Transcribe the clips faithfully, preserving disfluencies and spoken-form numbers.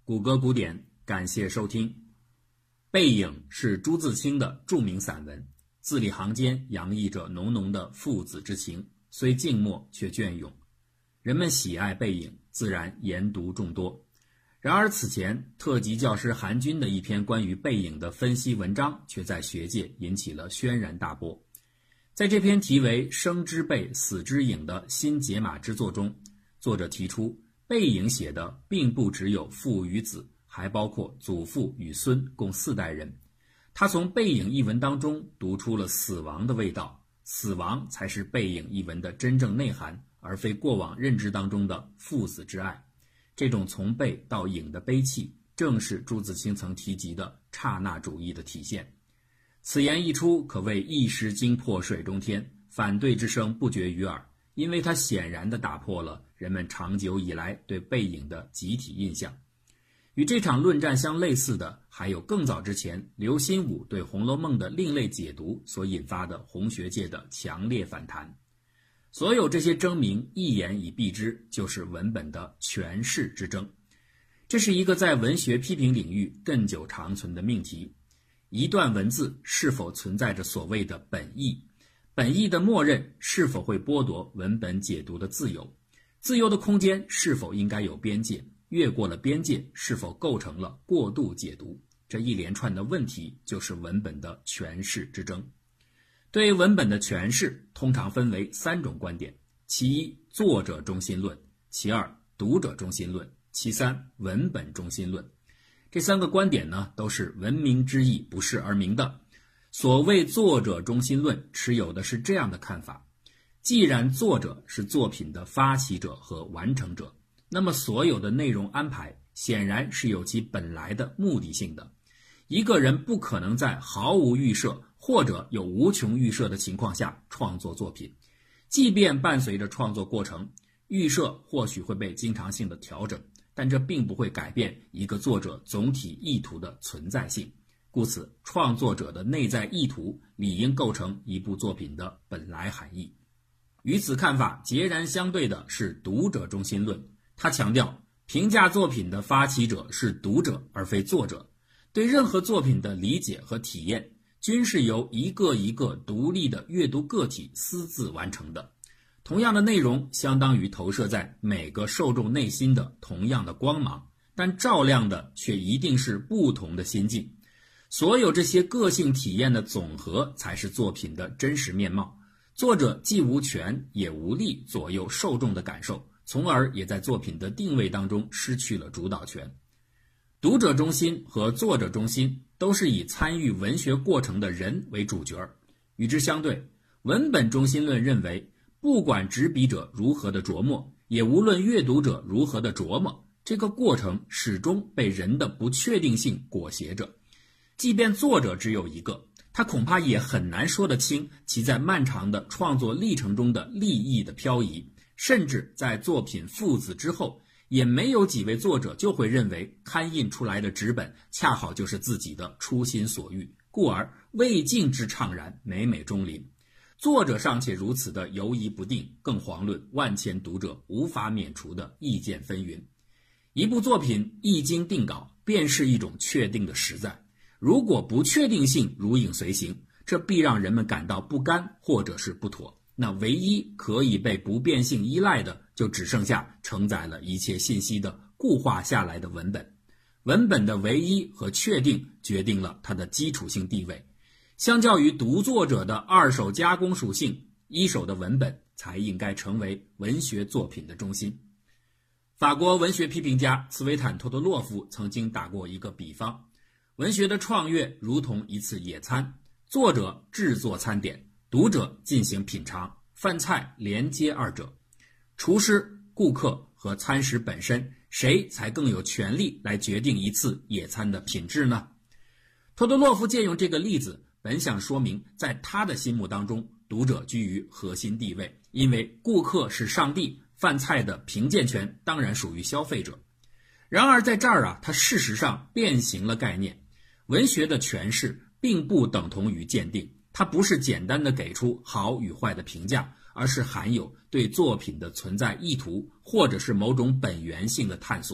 谷歌古典，感谢收听。背影是朱自清的著名散文，字里行间洋溢着浓浓的父子之情，虽静默却隽永。人们喜爱背影，自然研读众多。然而此前特级教师韩军的一篇关于背影的分析文章却在学界引起了轩然大波。在这篇题为生之背死之影的新解码之作中，作者提出背影写的并不只有父与子，还包括祖父与孙共四代人。他从背影一文当中读出了死亡的味道，死亡才是背影一文的真正内涵，而非过往认知当中的父子之爱。这种从背到影的悲戚，正是朱自清曾提及的刹那主义的体现。此言一出，可谓一石惊破水中天，反对之声不绝于耳，因为它显然地打破了人们长久以来对背影的集体印象。与这场论战相类似的，还有更早之前刘心武对《红楼梦》的另类解读所引发的红学界的强烈反弹。所有这些争鸣一言以蔽之，就是文本的诠释之争。这是一个在文学批评领域亘久长存的命题。一段文字是否存在着所谓的本意？本意的默认是否会剥夺文本解读的自由？自由的空间是否应该有边界？越过了边界，是否构成了过度解读？这一连串的问题就是文本的诠释之争。对文本的诠释通常分为三种观点：其一，作者中心论；其二，读者中心论；其三，文本中心论。这三个观点呢，都是闻名之义不是而明的。所谓作者中心论，持有的是这样的看法：既然作者是作品的发起者和完成者，那么所有的内容安排显然是有其本来的目的性的。一个人不可能在毫无预设或者有无穷预设的情况下创作作品，即便伴随着创作过程，预设或许会被经常性的调整，但这并不会改变一个作者总体意图的存在性。故此，创作者的内在意图理应构成一部作品的本来含义。与此看法截然相对的是读者中心论，他强调评价作品的发起者是读者而非作者，对任何作品的理解和体验均是由一个一个独立的阅读个体私自完成的。同样的内容相当于投射在每个受众内心的同样的光芒，但照亮的却一定是不同的心境。所有这些个性体验的总和才是作品的真实面貌。作者既无权也无力左右受众的感受，从而也在作品的定位当中失去了主导权。读者中心和作者中心都是以参与文学过程的人为主角。与之相对，文本中心论认为，不管执笔者如何的琢磨，也无论阅读者如何的琢磨，这个过程始终被人的不确定性裹挟着。即便作者只有一个，他恐怕也很难说得清其在漫长的创作历程中的利益的漂移，甚至在作品父子之后，也没有几位作者就会认为刊印出来的纸本恰好就是自己的初心所欲，故而未尽之怅然，每每钟临。作者尚且如此的犹疑不定，更遑论万千读者无法免除的意见纷纭。一部作品一经定稿，便是一种确定的实在。如果不确定性如影随形，这必让人们感到不甘或者是不妥。那唯一可以被不变性依赖的，就只剩下承载了一切信息的固化下来的文本。文本的唯一和确定决定了它的基础性地位。相较于独作者的二手加工属性，一手的文本才应该成为文学作品的中心。法国文学批评家茨维坦托德洛夫曾经打过一个比方，文学的创阅如同一次野餐，作者制作餐点，读者进行品尝，饭菜连接二者。厨师、顾客和餐食本身，谁才更有权利来决定一次野餐的品质呢？托德洛夫借用这个例子，本想说明在他的心目当中，读者居于核心地位，因为顾客是上帝，饭菜的评鉴权当然属于消费者。然而在这儿啊，他事实上变形了概念。文学的诠释并不等同于鉴定，它不是简单的给出好与坏的评价，而是含有对作品的存在意图或者是某种本源性的探索。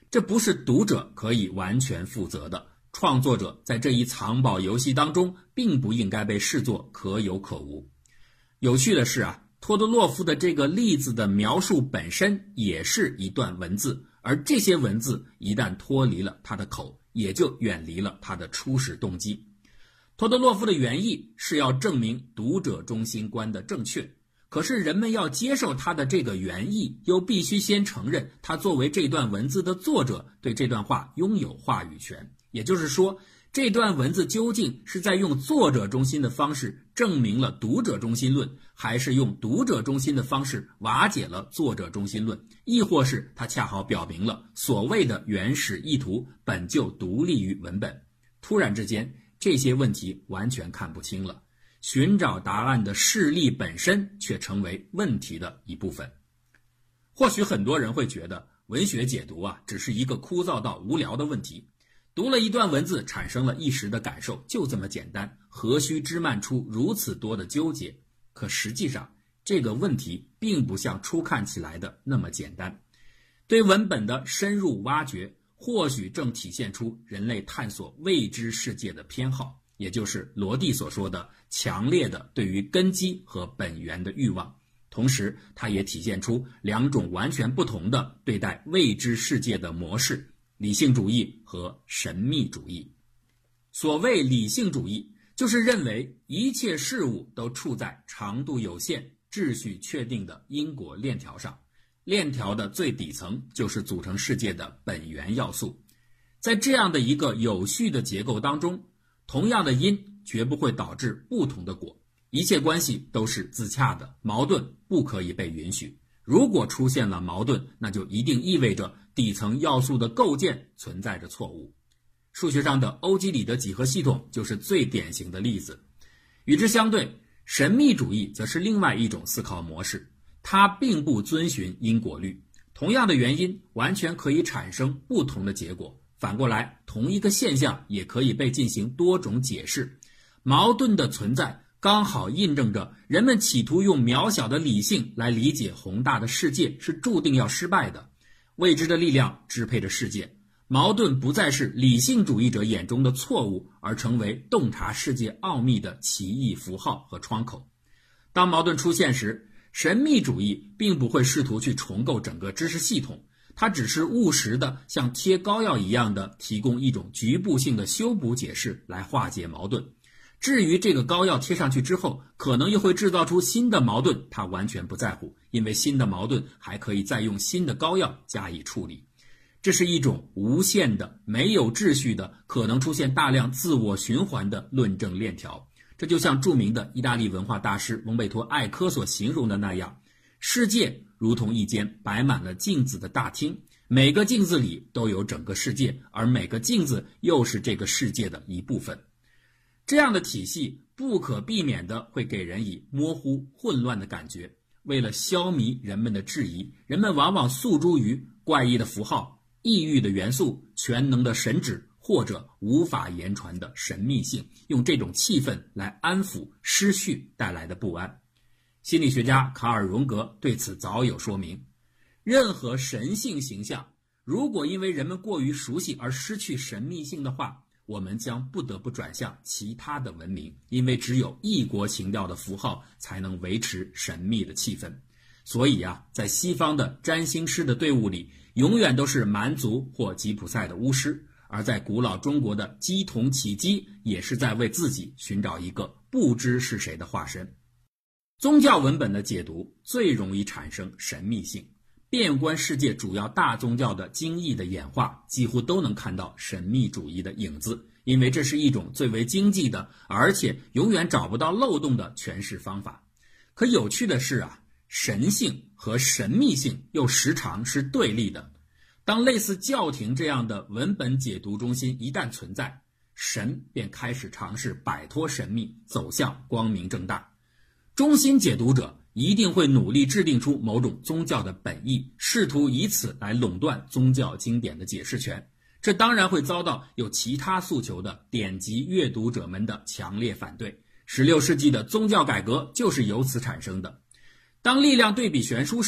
这不是读者可以完全负责的。创作者在这一藏宝游戏当中，并不应该被视作可有可无。有趣的是啊，托德洛夫的这个例子的描述本身也是一段文字，而这些文字一旦脱离了他的口，也就远离了他的初始动机。托德洛夫的原意是要证明读者中心观的正确，可是人们要接受他的这个原意，又必须先承认他作为这段文字的作者对这段话拥有话语权。也就是说，这段文字究竟是在用作者中心的方式证明了读者中心论，还是用读者中心的方式瓦解了作者中心论，亦或是它恰好表明了所谓的原始意图本就独立于文本。突然之间，这些问题完全看不清了，寻找答案的事例本身却成为问题的一部分。或许很多人会觉得文学解读啊，只是一个枯燥到无聊的问题，读了一段文字产生了一时的感受，就这么简单，何须枝蔓出如此多的纠结？可实际上这个问题并不像初看起来的那么简单。对文本的深入挖掘，或许正体现出人类探索未知世界的偏好，也就是罗蒂所说的强烈的对于根基和本源的欲望。同时它也体现出两种完全不同的对待未知世界的模式，理性主义和神秘主义。所谓理性主义，就是认为一切事物都处在长度有限、秩序确定的因果链条上，链条的最底层就是组成世界的本源要素。在这样的一个有序的结构当中，同样的因绝不会导致不同的果，一切关系都是自洽的，矛盾不可以被允许。如果出现了矛盾，那就一定意味着底层要素的构建存在着错误。数学上的欧几里得几何系统就是最典型的例子。与之相对，神秘主义则是另外一种思考模式，它并不遵循因果律，同样的原因完全可以产生不同的结果，反过来同一个现象也可以被进行多种解释。矛盾的存在刚好印证着人们企图用渺小的理性来理解宏大的世界是注定要失败的。未知的力量支配着世界，矛盾不再是理性主义者眼中的错误，而成为洞察世界奥秘的奇异符号和窗口。当矛盾出现时，神秘主义并不会试图去重构整个知识系统，它只是务实的像贴膏药一样的提供一种局部性的修补解释来化解矛盾。至于这个膏药贴上去之后可能又会制造出新的矛盾，他完全不在乎，因为新的矛盾还可以再用新的膏药加以处理。这是一种无限的、没有秩序的、可能出现大量自我循环的论证链条。这就像著名的意大利文化大师蒙贝托艾科所形容的那样，世界如同一间摆满了镜子的大厅，每个镜子里都有整个世界，而每个镜子又是这个世界的一部分。这样的体系不可避免地会给人以模糊混乱的感觉。为了消弭人们的质疑，人们往往诉诸于怪异的符号、异域的元素、全能的神旨，或者无法言传的神秘性，用这种气氛来安抚失序带来的不安。心理学家卡尔·荣格对此早有说明，任何神性形象如果因为人们过于熟悉而失去神秘性的话，我们将不得不转向其他的文明，因为只有异国情调的符号才能维持神秘的气氛。所以啊，在西方的占星师的队伍里，永远都是蛮族或吉普赛的巫师，而在古老中国的鸡同起鸡也是在为自己寻找一个不知是谁的化身。宗教文本的解读最容易产生神秘性，遍观世界主要大宗教的经义的演化，几乎都能看到神秘主义的影子，因为这是一种最为经济的，而且永远找不到漏洞的诠释方法。可有趣的是啊，神性和神秘性又时常是对立的。当类似教廷这样的文本解读中心一旦存在，神便开始尝试摆脱神秘，走向光明正大。中心解读者一定会努力制定出某种宗教的本意，试图以此来垄断宗教经典的解释权。这当然会遭到有其他诉求的典籍阅读者们的强烈反对。十六世纪的宗教改革就是由此产生的。当力量对比悬殊时，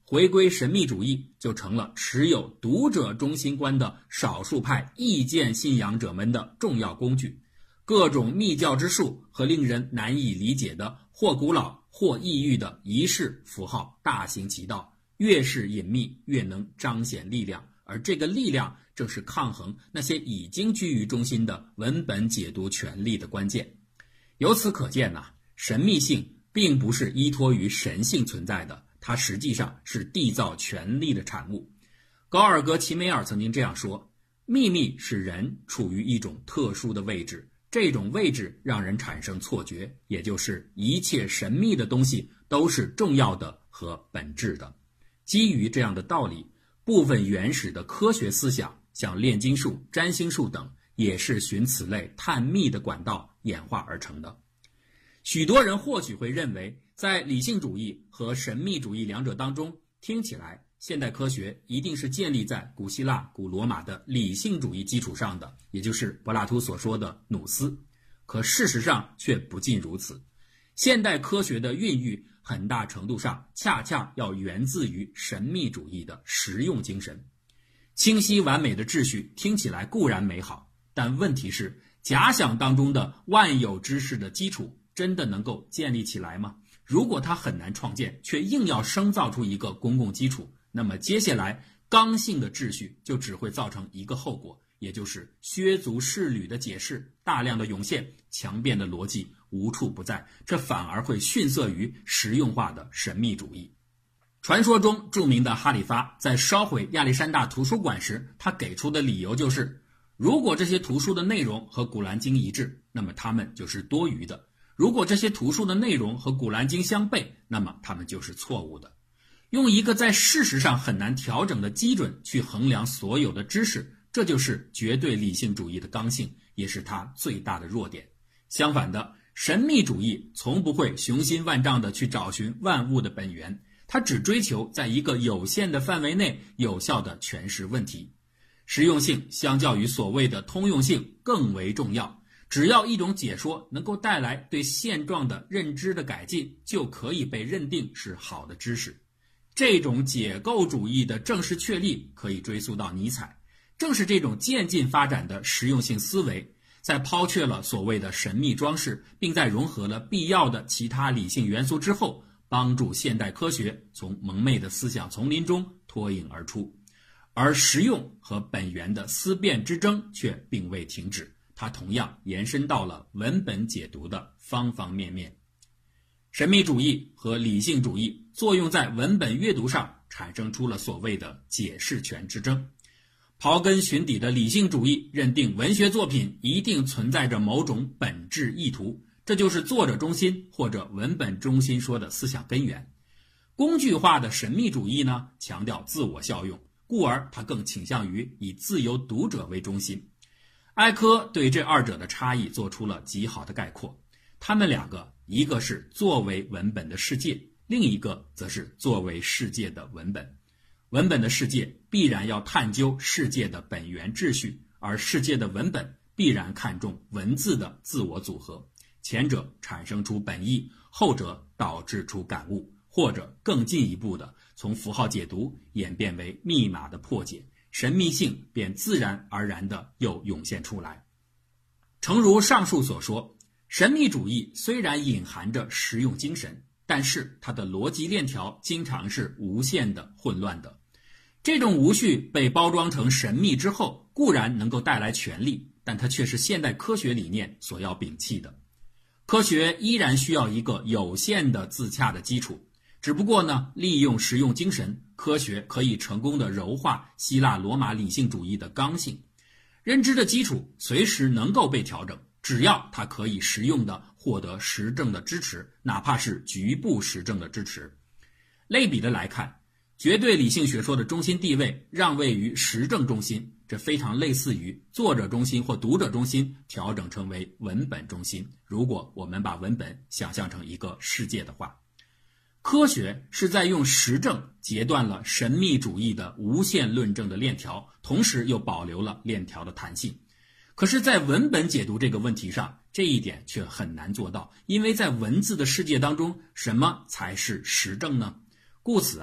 回归神秘主义就成了持有读者中心观的少数派意见信仰者们的重要工具。各种密教之术和令人难以理解的或古老或异域的仪式符号大行其道，越是隐秘越能彰显力量，而这个力量正是抗衡那些已经居于中心的文本解读权力的关键。由此可见啊，神秘性并不是依托于神性存在的，它实际上是缔造权力的产物。高尔格齐梅尔曾经这样说，秘密使人处于一种特殊的位置，这种位置让人产生错觉，也就是一切神秘的东西都是重要的和本质的。基于这样的道理，部分原始的科学思想，像炼金术、占星术等，也是循此类探秘的管道演化而成的。许多人或许会认为，在理性主义和神秘主义两者当中，听起来现代科学一定是建立在古希腊、古罗马的理性主义基础上的，也就是柏拉图所说的努斯。可事实上却不尽如此。现代科学的孕育很大程度上恰恰要源自于神秘主义的实用精神。清晰完美的秩序听起来固然美好，但问题是，假想当中的万有知识的基础真的能够建立起来吗？如果它很难创建，却硬要生造出一个公共基础，那么接下来刚性的秩序就只会造成一个后果，也就是削足适履的解释大量的涌现，强辩的逻辑无处不在，这反而会逊色于实用化的神秘主义。传说中著名的哈里发在烧毁亚历山大图书馆时，他给出的理由就是，如果这些图书的内容和古兰经一致，那么它们就是多余的；如果这些图书的内容和古兰经相悖，那么它们就是错误的。用一个在事实上很难调整的基准去衡量所有的知识，这就是绝对理性主义的刚性，也是它最大的弱点。相反的，神秘主义从不会雄心万丈地去找寻万物的本源，它只追求在一个有限的范围内有效地诠释问题。实用性相较于所谓的通用性更为重要，只要一种解说能够带来对现状的认知的改进，就可以被认定是好的知识。这种解构主义的正式确立可以追溯到尼采。正是这种渐进发展的实用性思维，在抛却了所谓的神秘装饰，并在融合了必要的其他理性元素之后，帮助现代科学从蒙昧的思想丛林中脱颖而出。而实用和本源的思辨之争却并未停止，它同样延伸到了文本解读的方方面面。神秘主义和理性主义作用在文本阅读上，产生出了所谓的解释权之争。刨根寻底的理性主义认定文学作品一定存在着某种本质意图，这就是作者中心或者文本中心说的思想根源。工具化的神秘主义呢，强调自我效用，故而它更倾向于以自由读者为中心。艾科对这二者的差异做出了极好的概括，他们两个，一个是作为文本的世界，另一个则是作为世界的文本。文本的世界必然要探究世界的本源秩序，而世界的文本必然看重文字的自我组合，前者产生出本意，后者导致出感悟，或者更进一步的从符号解读演变为密码的破解，神秘性便自然而然地又涌现出来。诚如上述所说，神秘主义虽然隐含着实用精神，但是它的逻辑链条经常是无限的混乱的。这种无序被包装成神秘之后，固然能够带来权力，但它却是现代科学理念所要摒弃的。科学依然需要一个有限的自洽的基础，只不过呢，利用实用精神，科学可以成功的柔化希腊罗马理性主义的刚性。认知的基础随时能够被调整，只要它可以实用的获得实证的支持，哪怕是局部实证的支持。类比的来看，绝对理性学说的中心地位让位于实证中心，这非常类似于作者中心或读者中心调整成为文本中心，如果我们把文本想象成一个世界的话。科学是在用实证截断了神秘主义的无限论证的链条，同时又保留了链条的弹性。可是在文本解读这个问题上，这一点却很难做到，因为在文字的世界当中，什么才是实证呢？故此啊，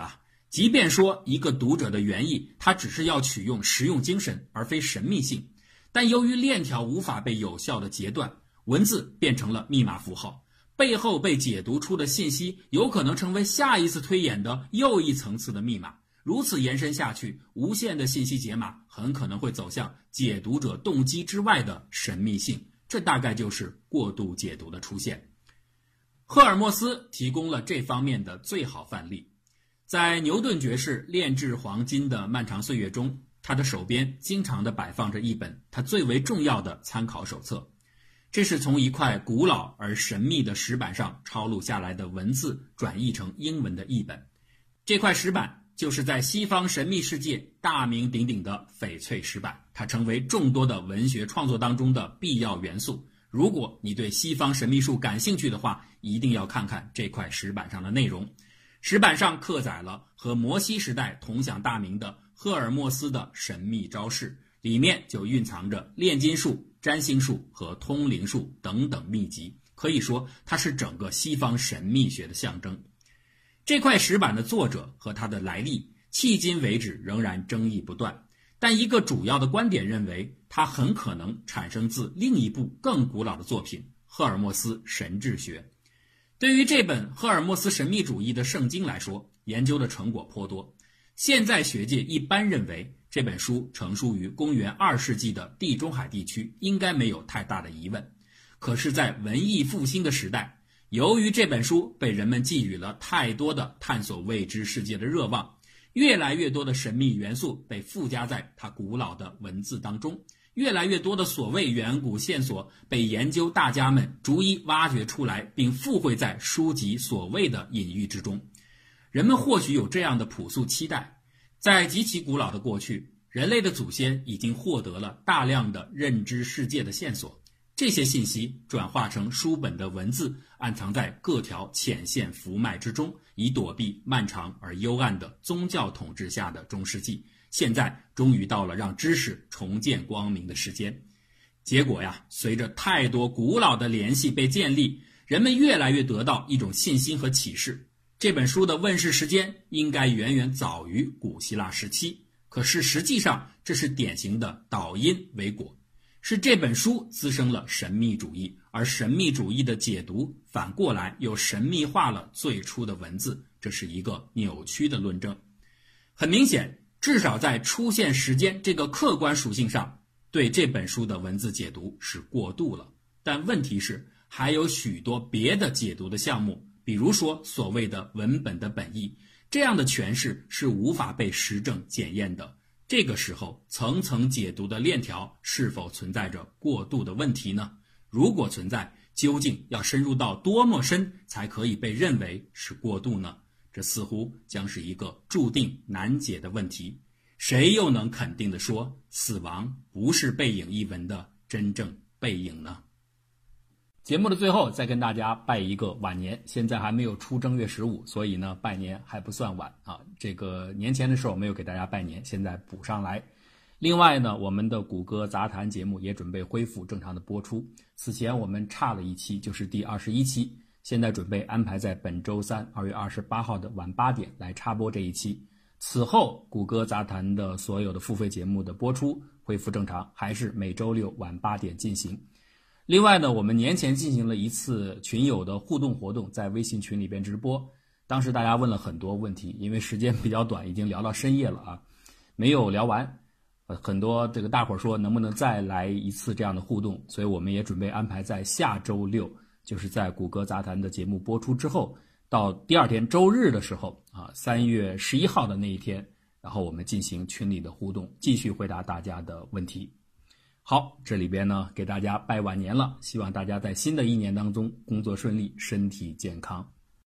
即便说一个读者的原意，他只是要取用实用精神而非神秘性，但由于链条无法被有效的截断，文字变成了密码符号，背后被解读出的信息有可能成为下一次推演的又一层次的密码。如此延伸下去，无限的信息解码很可能会走向解读者动机之外的神秘性，这大概就是过度解读的出现。赫尔墨斯提供了这方面的最好范例。在牛顿爵士炼制黄金的漫长岁月中，他的手边经常地摆放着一本他最为重要的参考手册，这是从一块古老而神秘的石板上抄录下来的文字转译成英文的译本。这块石板就是在西方神秘世界大名鼎鼎的翡翠石板，它成为众多的文学创作当中的必要元素。如果你对西方神秘术感兴趣的话，一定要看看这块石板上的内容。石板上刻载了和摩西时代同享大名的赫尔墨斯的神秘招式，里面就蕴藏着炼金术、占星术和通灵术等等秘籍，可以说它是整个西方神秘学的象征。这块石板的作者和它的来历迄今为止仍然争议不断，但一个主要的观点认为它很可能产生自另一部更古老的作品《赫尔墨斯神智学》。对于这本赫尔墨斯神秘主义的圣经来说，研究的成果颇多。现在学界一般认为这本书成书于公元二世纪的地中海地区，应该没有太大的疑问。可是在文艺复兴的时代，由于这本书被人们寄予了太多的探索未知世界的热望，越来越多的神秘元素被附加在它古老的文字当中，越来越多的所谓远古线索被研究大家们逐一挖掘出来，并附会在书籍所谓的隐喻之中。人们或许有这样的朴素期待，在极其古老的过去，人类的祖先已经获得了大量的认知世界的线索，这些信息转化成书本的文字，暗藏在各条浅线浮脉之中，以躲避漫长而幽暗的宗教统治下的中世纪。现在终于到了让知识重见光明的时间。结果呀，随着太多古老的联系被建立，人们越来越得到一种信心和启示。这本书的问世时间应该远远早于古希腊时期，可是实际上这是典型的倒因为果，是这本书滋生了神秘主义，而神秘主义的解读反过来又神秘化了最初的文字，这是一个扭曲的论证。很明显，至少在出现时间这个客观属性上，对这本书的文字解读是过度了。但问题是，还有许多别的解读的项目，比如说所谓的文本的本意，这样的诠释是无法被实证检验的。这个时候，层层解读的链条是否存在着过度的问题呢？如果存在，究竟要深入到多么深才可以被认为是过度呢？这似乎将是一个注定难解的问题。谁又能肯定地说，死亡不是《背影》一文的真正背影呢？节目的最后再跟大家拜一个晚年，现在还没有出正月十五，所以呢拜年还不算晚啊。这个年前的时候没有给大家拜年，现在补上来。另外呢，我们的谷歌杂谈节目也准备恢复正常的播出。此前我们差了一期，就是第二十一期，现在准备安排在本周三二月二十八号的晚八点来插播这一期。此后谷歌杂谈的所有的付费节目的播出恢复正常，还是每周六晚八点进行。另外呢，我们年前进行了一次群友的互动活动，在微信群里边直播，当时大家问了很多问题，因为时间比较短，已经聊到深夜了啊，没有聊完。呃，很多这个大伙说能不能再来一次这样的互动，所以我们也准备安排在下周六，就是在谷歌杂谈的节目播出之后，到第二天周日的时候啊，三月十一号的那一天，然后我们进行群里的互动，继续回答大家的问题。好，这里边呢给大家拜晚年了，希望大家在新的一年当中工作顺利，身体健康。